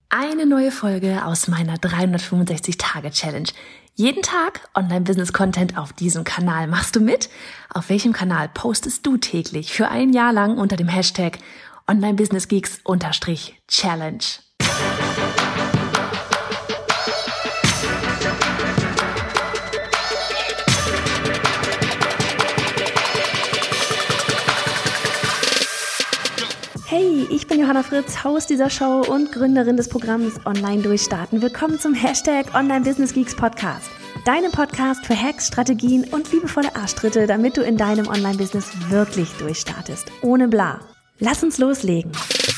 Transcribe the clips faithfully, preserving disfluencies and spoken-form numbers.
Eine neue Folge aus meiner dreihundertfünfundsechzig-Tage-Challenge. Jeden Tag Online-Business-Content auf diesem Kanal. Machst du mit? Auf welchem Kanal postest du täglich für ein Jahr lang unter dem Hashtag Online-Business-Geeks-Challenge? Hey, ich bin Johanna Fritz, Host dieser Show und Gründerin des Programms Online Durchstarten. Willkommen zum Hashtag Online Business Geeks Podcast. Deinem Podcast für Hacks, Strategien und liebevolle Arschtritte, damit du in deinem Online-Business wirklich durchstartest. Ohne bla. Lass uns loslegen.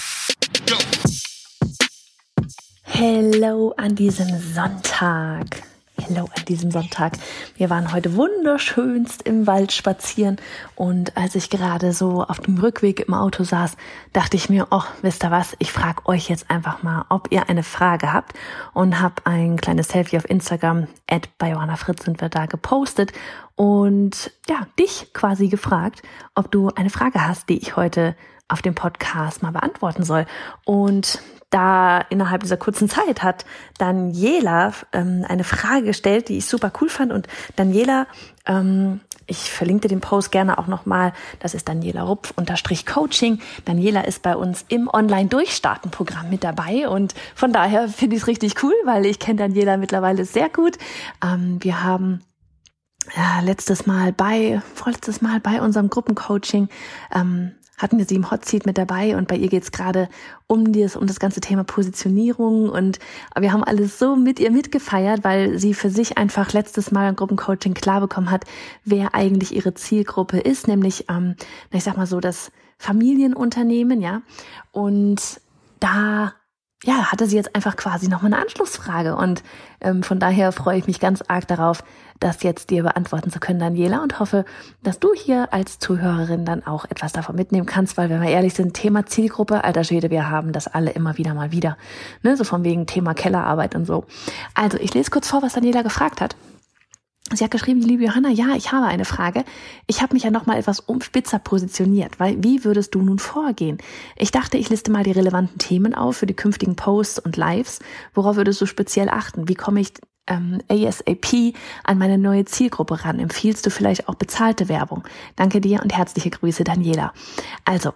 Hello an diesem Sonntag. Hello an diesem Sonntag. Wir waren heute wunderschönst im Wald spazieren und als ich gerade so auf dem Rückweg im Auto saß, dachte ich mir, oh, wisst ihr was, ich frage euch jetzt einfach mal, ob ihr eine Frage habt und habe ein kleines Selfie auf Instagram, at bei Johanna Fritz sind wir da gepostet und ja, dich quasi gefragt, ob du eine Frage hast, die ich heute auf dem Podcast mal beantworten soll. Und da innerhalb dieser kurzen Zeit hat Daniela ähm, eine Frage gestellt, die ich super cool fand. Und Daniela, ähm, ich verlinke den Post gerne auch nochmal, das ist Daniela Rupf unterstrich Coaching. Daniela ist bei uns im Online-Durchstarten-Programm mit dabei und von daher finde ich es richtig cool, weil ich kenne Daniela mittlerweile sehr gut. Ähm, wir haben ja, letztes Mal bei, vorletztes Mal bei unserem Gruppencoaching ähm, hatten wir sie im Hot Seat mit dabei und bei ihr geht's gerade um das, um das ganze Thema Positionierung und wir haben alles so mit ihr mitgefeiert, weil sie für sich einfach letztes Mal im Gruppencoaching klar bekommen hat, wer eigentlich ihre Zielgruppe ist, nämlich, ähm, ich sag mal so, das Familienunternehmen, ja, und da ja, hatte sie jetzt einfach quasi nochmal eine Anschlussfrage und ähm, von daher freue ich mich ganz arg darauf, das jetzt dir beantworten zu können, Daniela, und hoffe, dass du hier als Zuhörerin dann auch etwas davon mitnehmen kannst, weil wenn wir ehrlich sind, Thema Zielgruppe, alter Schwede, wir haben das alle immer wieder mal wieder, ne, so von wegen Thema Kellerarbeit und so. Also ich lese kurz vor, was Daniela gefragt hat. Sie hat geschrieben, liebe Johanna, ja, ich habe eine Frage. Ich habe mich ja nochmal etwas umspitzer positioniert, weil wie würdest du nun vorgehen? Ich dachte, ich liste mal die relevanten Themen auf für die künftigen Posts und Lives. Worauf würdest du speziell achten? Wie komme ich ähm, ASAP an meine neue Zielgruppe ran? Empfiehlst du vielleicht auch bezahlte Werbung? Danke dir und herzliche Grüße, Daniela. Also,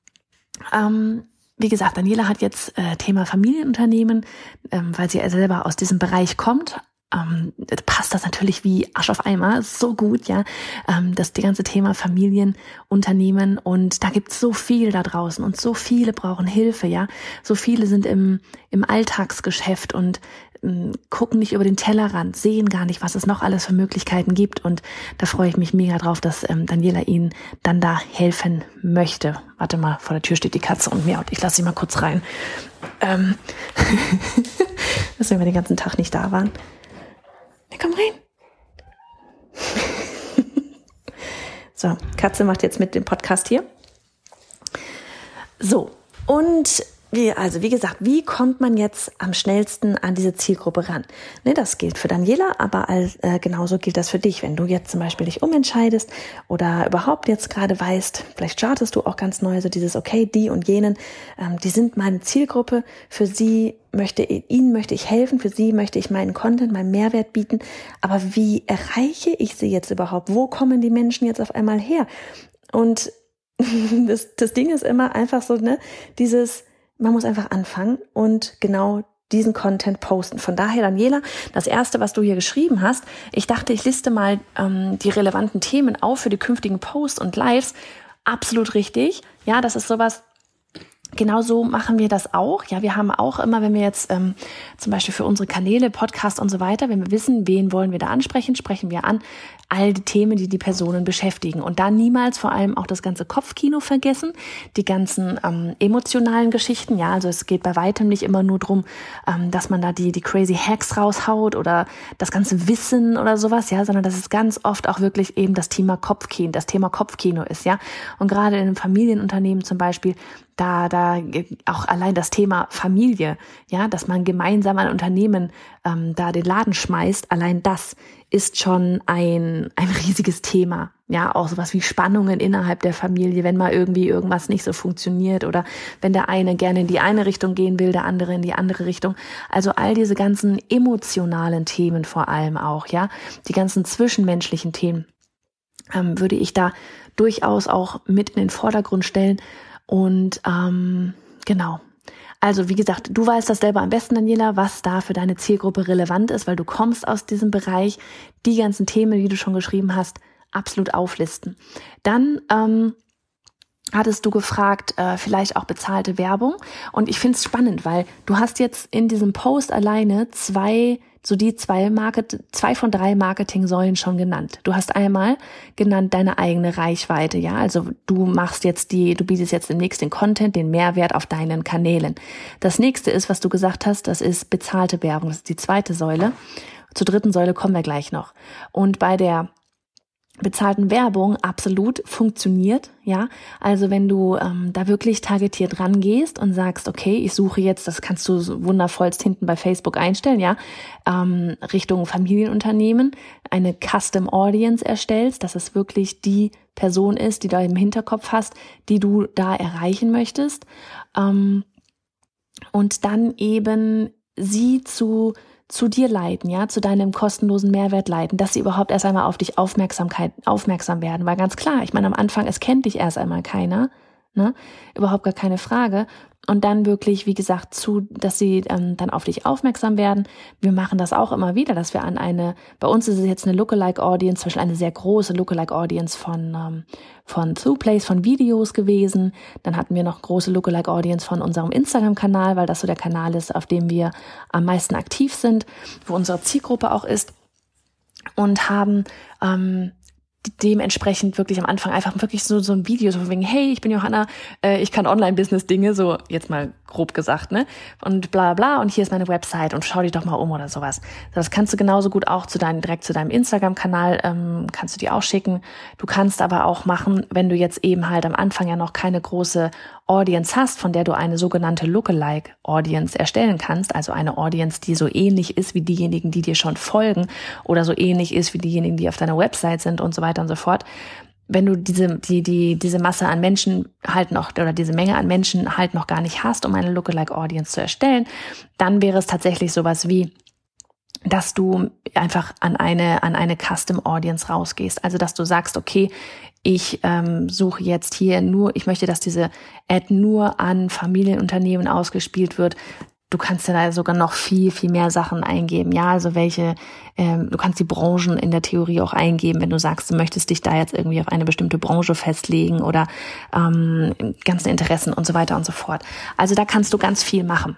ähm, wie gesagt, Daniela hat jetzt äh, Thema Familienunternehmen, ähm, weil sie ja selber aus diesem Bereich kommt. Ähm, passt das natürlich wie Arsch auf Eimer, so gut, ja, ähm, das die ganze Thema Familienunternehmen und da gibt's so viel da draußen und so viele brauchen Hilfe, ja, so viele sind im im Alltagsgeschäft und ähm, gucken nicht über den Tellerrand, sehen gar nicht, was es noch alles für Möglichkeiten gibt und da freue ich mich mega drauf, dass ähm, Daniela ihnen dann da helfen möchte. Warte mal, vor der Tür steht die Katze und miaut, ich lasse sie mal kurz rein, ähm, dass wir den ganzen Tag nicht da waren. Ja, komm rein. So, Katze macht jetzt mit dem Podcast hier. So, und wie, also wie gesagt, wie kommt man jetzt am schnellsten an diese Zielgruppe ran? Ne, das gilt für Daniela, aber als, äh, genauso gilt das für dich. Wenn du jetzt zum Beispiel dich umentscheidest oder überhaupt jetzt gerade weißt, vielleicht startest du auch ganz neu, so dieses, okay, die und jenen, ähm, die sind meine Zielgruppe, für sie möchte, ihnen möchte ich helfen, für sie möchte ich meinen Content, meinen Mehrwert bieten, aber wie erreiche ich sie jetzt überhaupt? Wo kommen die Menschen jetzt auf einmal her? Und das, das Ding ist immer einfach so, ne, dieses, man muss einfach anfangen und genau diesen Content posten. Von daher, Daniela, das Erste, was du hier geschrieben hast, ich dachte, ich liste mal ähm, die relevanten Themen auf für die künftigen Posts und Lives. Absolut richtig. Ja, das ist sowas, genau so machen wir das auch. Ja, wir haben auch immer, wenn wir jetzt ähm, zum Beispiel für unsere Kanäle, Podcast und so weiter, wenn wir wissen, wen wollen wir da ansprechen, sprechen wir an all die Themen, die die Personen beschäftigen. Und da niemals vor allem auch das ganze Kopfkino vergessen, die ganzen ähm, emotionalen Geschichten. Ja, also es geht bei weitem nicht immer nur drum, ähm, dass man da die die crazy Hacks raushaut oder das ganze Wissen oder sowas, ja, sondern dass es ganz oft auch wirklich eben das Thema Kopfkino, das Thema Kopfkino ist, ja. Und gerade in einem Familienunternehmen zum Beispiel, da, da auch allein das Thema Familie, ja, dass man gemeinsam ein Unternehmen ähm, da den Laden schmeißt, allein das ist schon ein ein riesiges Thema. Ja, auch sowas wie Spannungen innerhalb der Familie, wenn mal irgendwie irgendwas nicht so funktioniert oder wenn der eine gerne in die eine Richtung gehen will, der andere in die andere Richtung. Also all diese ganzen emotionalen Themen vor allem auch, ja, die ganzen zwischenmenschlichen Themen ähm, würde ich da durchaus auch mit in den Vordergrund stellen. Und ähm, genau, also wie gesagt, du weißt das selber am besten, Daniela, was da für deine Zielgruppe relevant ist, weil du kommst aus diesem Bereich, die ganzen Themen, die du schon geschrieben hast, absolut auflisten. Dann ähm, hattest du gefragt, äh, vielleicht auch bezahlte Werbung. Und ich finde es spannend, weil du hast jetzt in diesem Post alleine zwei so die zwei Market, zwei von drei Marketing-Säulen schon genannt. Du hast einmal genannt deine eigene Reichweite, ja, also du machst jetzt die, du bietest jetzt demnächst den Content, den Mehrwert auf deinen Kanälen. Das nächste ist, was du gesagt hast, das ist bezahlte Werbung, das ist die zweite Säule. Zur dritten Säule kommen wir gleich noch. Und bei der bezahlten Werbung absolut funktioniert, ja, also wenn du ähm, da wirklich targetiert rangehst und sagst, okay, ich suche jetzt, das kannst du so wundervollst hinten bei Facebook einstellen, ja, ähm, Richtung Familienunternehmen, eine Custom Audience erstellst, dass es wirklich die Person ist, die du im Hinterkopf hast, die du da erreichen möchtest, ähm, und dann eben sie zu zu dir leiten, ja, zu deinem kostenlosen Mehrwert leiten, dass sie überhaupt erst einmal auf dich Aufmerksamkeit, aufmerksam werden. Weil ganz klar, ich meine, am Anfang, es kennt dich erst einmal keiner, ne, überhaupt gar keine Frage. Und dann wirklich, wie gesagt, zu, dass sie ähm, dann auf dich aufmerksam werden. Wir machen das auch immer wieder, dass wir an eine, bei uns ist es jetzt eine Lookalike-Audience, zum Beispiel eine sehr große Lookalike-Audience von ähm, von Two-Plays, von Videos gewesen. Dann hatten wir noch große Lookalike-Audience von unserem Instagram-Kanal, weil das so der Kanal ist, auf dem wir am meisten aktiv sind, wo unsere Zielgruppe auch ist. Und haben ähm, dementsprechend wirklich am Anfang einfach wirklich so so ein Video, so von wegen, hey, ich bin Johanna, äh, ich kann Online-Business-Dinge, so jetzt mal grob gesagt, ne? Und bla bla, und hier ist meine Website und schau dich doch mal um oder sowas. Das kannst du genauso gut auch zu deinem, direkt zu deinem Instagram-Kanal, ähm, kannst du die auch schicken. Du kannst aber auch machen, wenn du jetzt eben halt am Anfang ja noch keine große Audience hast, von der du eine sogenannte Lookalike-Audience erstellen kannst, also eine Audience, die so ähnlich ist wie diejenigen, die dir schon folgen oder so ähnlich ist wie diejenigen, die auf deiner Website sind und so weiter und so fort. Wenn du diese die die diese Masse an Menschen halt noch oder diese Menge an Menschen halt noch gar nicht hast, um eine Lookalike-Audience zu erstellen, dann wäre es tatsächlich sowas wie, dass du einfach an eine an eine Custom Audience rausgehst. Also dass du sagst, okay, ich ähm, suche jetzt hier nur, ich möchte, dass diese Ad nur an Familienunternehmen ausgespielt wird. Du kannst ja da sogar noch viel, viel mehr Sachen eingeben. Ja, also welche, ähm, du kannst die Branchen in der Theorie auch eingeben, wenn du sagst, du möchtest dich da jetzt irgendwie auf eine bestimmte Branche festlegen oder ähm, ganzen Interessen und so weiter und so fort. Also da kannst du ganz viel machen.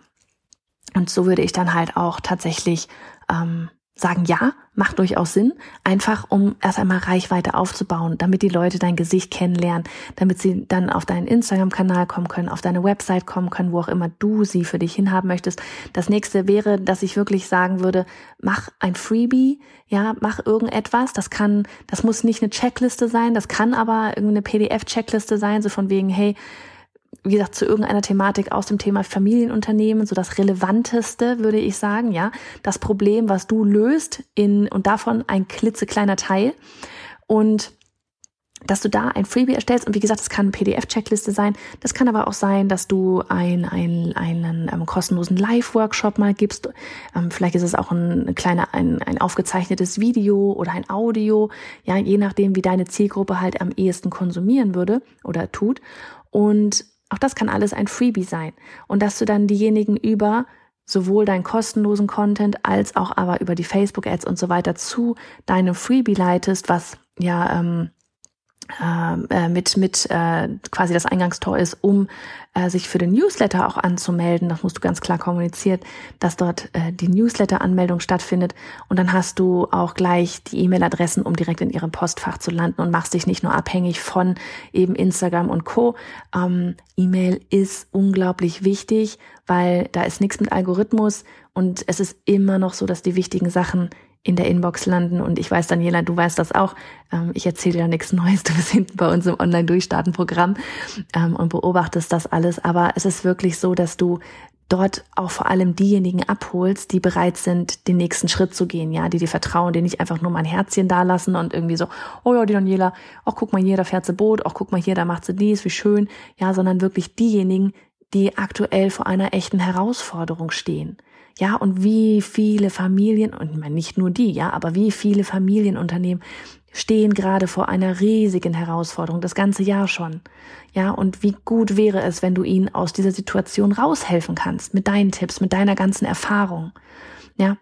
Und so würde ich dann halt auch tatsächlich ähm, sagen, ja, macht durchaus Sinn, einfach um erst einmal Reichweite aufzubauen, damit die Leute dein Gesicht kennenlernen, damit sie dann auf deinen Instagram-Kanal kommen können, auf deine Website kommen können, wo auch immer du sie für dich hinhaben möchtest. Das nächste wäre, dass ich wirklich sagen würde, mach ein Freebie, ja, mach irgendetwas, das kann, das muss nicht eine Checkliste sein, das kann aber irgendeine P D F-Checkliste sein, so von wegen, hey, wie gesagt, zu irgendeiner Thematik aus dem Thema Familienunternehmen, so das Relevanteste, würde ich sagen, ja, das Problem, was du löst, in und davon ein klitzekleiner Teil, und dass du da ein Freebie erstellst. Und wie gesagt, das kann eine P D F-Checkliste sein, das kann aber auch sein, dass du ein, ein, einen ähm, kostenlosen Live-Workshop mal gibst, ähm, vielleicht ist es auch ein kleiner, ein, ein aufgezeichnetes Video oder ein Audio, ja, je nachdem, wie deine Zielgruppe halt am ehesten konsumieren würde oder tut. Und auch das kann alles ein Freebie sein. Und dass du dann diejenigen über sowohl deinen kostenlosen Content als auch aber über die Facebook-Ads und so weiter zu deinem Freebie leitest, was ja ähm, äh, mit mit äh, quasi das Eingangstor ist, um äh, sich für den Newsletter auch anzumelden. Das musst du ganz klar kommunizieren, dass dort äh, die Newsletter-Anmeldung stattfindet. Und dann hast du auch gleich die E-Mail-Adressen, um direkt in ihrem Postfach zu landen, und machst dich nicht nur abhängig von eben Instagram und Co. Ähm, E-Mail ist unglaublich wichtig, weil da ist nichts mit Algorithmus, und es ist immer noch so, dass die wichtigen Sachen in der Inbox landen. Und ich weiß, Daniela, du weißt das auch. Ähm, ich erzähle dir nichts Neues. Du bist hinten bei uns im Online-Durchstarten-Programm ähm, und beobachtest das alles. Aber es ist wirklich so, dass du dort auch vor allem diejenigen abholst, die bereit sind, den nächsten Schritt zu gehen, ja, die dir vertrauen, die nicht einfach nur mal ein Herzchen da lassen und irgendwie so, oh ja, die Daniela, ach guck mal hier, da fährt sie Boot, ach guck mal hier, da macht sie dies, wie schön, ja, sondern wirklich diejenigen, die aktuell vor einer echten Herausforderung stehen. Ja, und wie viele Familien, und ich meine nicht nur die, ja, aber wie viele Familienunternehmen stehen gerade vor einer riesigen Herausforderung, das ganze Jahr schon. Ja, und wie gut wäre es, wenn du ihnen aus dieser Situation raushelfen kannst, mit deinen Tipps, mit deiner ganzen Erfahrung. Ja,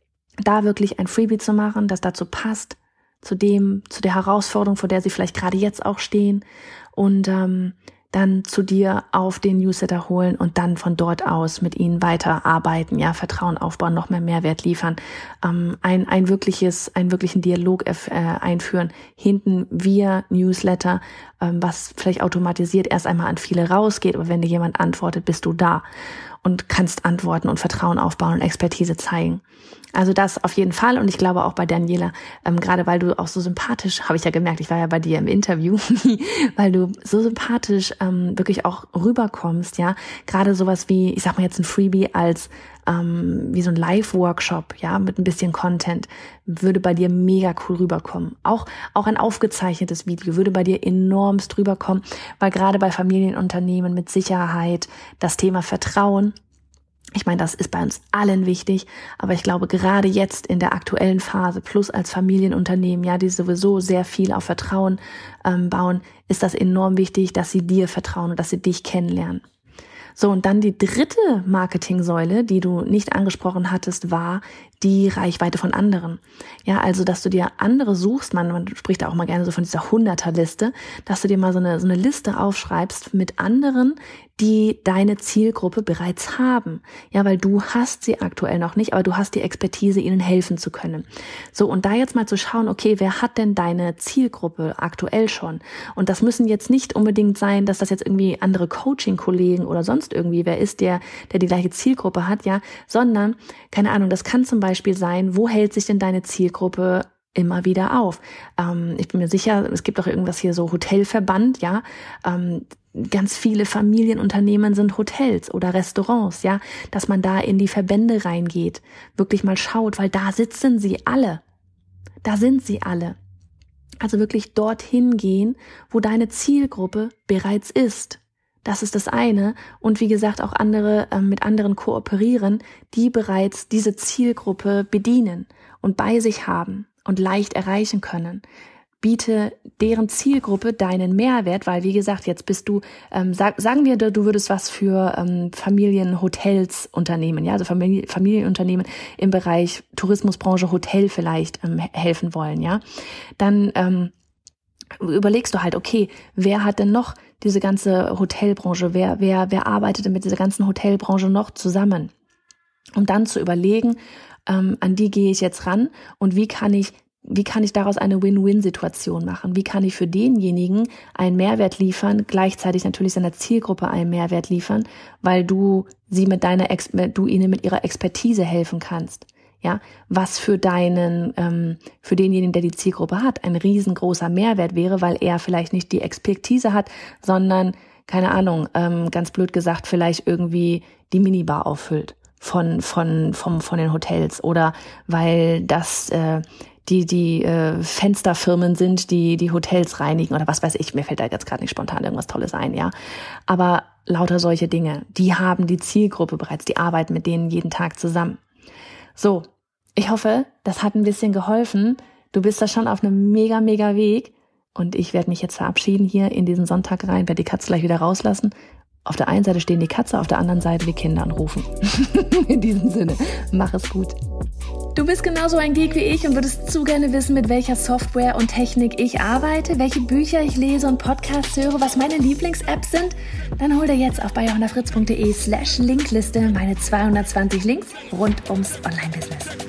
da wirklich ein Freebie zu machen, das dazu passt, zu dem, zu der Herausforderung, vor der sie vielleicht gerade jetzt auch stehen, und ähm, dann zu dir auf den Newsletter holen und dann von dort aus mit ihnen weiterarbeiten, ja, Vertrauen aufbauen, noch mehr Mehrwert liefern, ähm, ein ein wirkliches, einen wirklichen Dialog äh, einführen, hinten via Newsletter, ähm, was vielleicht automatisiert erst einmal an viele rausgeht, aber wenn dir jemand antwortet, bist du da und kannst antworten und Vertrauen aufbauen und Expertise zeigen. Also das auf jeden Fall, und ich glaube auch bei Daniela, ähm, gerade weil du auch so sympathisch, habe ich ja gemerkt, ich war ja bei dir im Interview, weil du so sympathisch ähm, wirklich auch rüberkommst, ja, gerade sowas wie, ich sag mal jetzt ein Freebie als ähm, wie so ein Live-Workshop, ja, mit ein bisschen Content, würde bei dir mega cool rüberkommen. Auch auch ein aufgezeichnetes Video würde bei dir enormst rüberkommen, weil gerade bei Familienunternehmen mit Sicherheit das Thema Vertrauen, ich meine, das ist bei uns allen wichtig, aber ich glaube, gerade jetzt in der aktuellen Phase, plus als Familienunternehmen, ja, die sowieso sehr viel auf Vertrauen ähm, bauen, ist das enorm wichtig, dass sie dir vertrauen und dass sie dich kennenlernen. So, und dann die dritte Marketingsäule, die du nicht angesprochen hattest, war die Reichweite von anderen. Ja, also, dass du dir andere suchst, man, man spricht da auch mal gerne so von dieser Hunderterliste, dass du dir mal so eine, so eine Liste aufschreibst mit anderen, die deine Zielgruppe bereits haben. Ja, weil du hast sie aktuell noch nicht, aber du hast die Expertise, ihnen helfen zu können. So, und da jetzt mal zu schauen, okay, wer hat denn deine Zielgruppe aktuell schon? Und das müssen jetzt nicht unbedingt sein, dass das jetzt irgendwie andere Coaching-Kollegen oder sonst irgendwie wer ist, der, der die gleiche Zielgruppe hat, ja, sondern, keine Ahnung, das kann zum Beispiel sein, wo hält sich denn deine Zielgruppe immer wieder auf? Ähm, ich bin mir sicher, es gibt auch irgendwas hier so Hotelverband, ja, ähm, ganz viele Familienunternehmen sind Hotels oder Restaurants, ja, dass man da in die Verbände reingeht, wirklich mal schaut, weil da sitzen sie alle. Da sind sie alle. Also wirklich dorthin gehen, wo deine Zielgruppe bereits ist. Das ist das eine. Und wie gesagt, auch andere äh, mit anderen kooperieren, die bereits diese Zielgruppe bedienen und bei sich haben und leicht erreichen können. Biete deren Zielgruppe deinen Mehrwert, weil wie gesagt, jetzt bist du, ähm, sag, sagen wir, du würdest was für ähm, Familienhotels Unternehmen, ja, also Familie, Familienunternehmen im Bereich Tourismusbranche, Hotel vielleicht ähm, helfen wollen, ja, dann ähm, überlegst du halt, okay, wer hat denn noch diese ganze Hotelbranche, wer wer wer arbeitet denn mit dieser ganzen Hotelbranche noch zusammen, um dann zu überlegen, ähm, an die gehe ich jetzt ran und wie kann ich Wie kann ich daraus eine Win-Win-Situation machen? Wie kann ich für denjenigen einen Mehrwert liefern, gleichzeitig natürlich seiner Zielgruppe einen Mehrwert liefern, weil du sie mit deiner, Ex- du ihnen mit ihrer Expertise helfen kannst? Ja, was für deinen, ähm, für denjenigen, der die Zielgruppe hat, ein riesengroßer Mehrwert wäre, weil er vielleicht nicht die Expertise hat, sondern, keine Ahnung, ähm, ganz blöd gesagt, vielleicht irgendwie die Minibar auffüllt von, von, vom, von den Hotels, oder weil das, äh, die die äh, Fensterfirmen sind, die die Hotels reinigen oder was weiß ich, mir fällt da jetzt gerade nicht spontan irgendwas Tolles ein, ja. Aber lauter solche Dinge, die haben die Zielgruppe bereits, die arbeiten mit denen jeden Tag zusammen. So, ich hoffe, das hat ein bisschen geholfen. Du bist da schon auf einem mega, mega Weg und ich werde mich jetzt verabschieden hier in diesen Sonntag rein, werde die Katze gleich wieder rauslassen. Auf der einen Seite stehen die Katze, auf der anderen Seite die Kinder anrufen. In diesem Sinne, mach es gut. Du bist genauso ein Geek wie ich und würdest zu gerne wissen, mit welcher Software und Technik ich arbeite, welche Bücher ich lese und Podcasts höre, was meine Lieblings-Apps sind? Dann hol dir jetzt auf bei johanna fritz punkt de slash Linkliste meine zweihundertzwanzig Links rund ums Online-Business.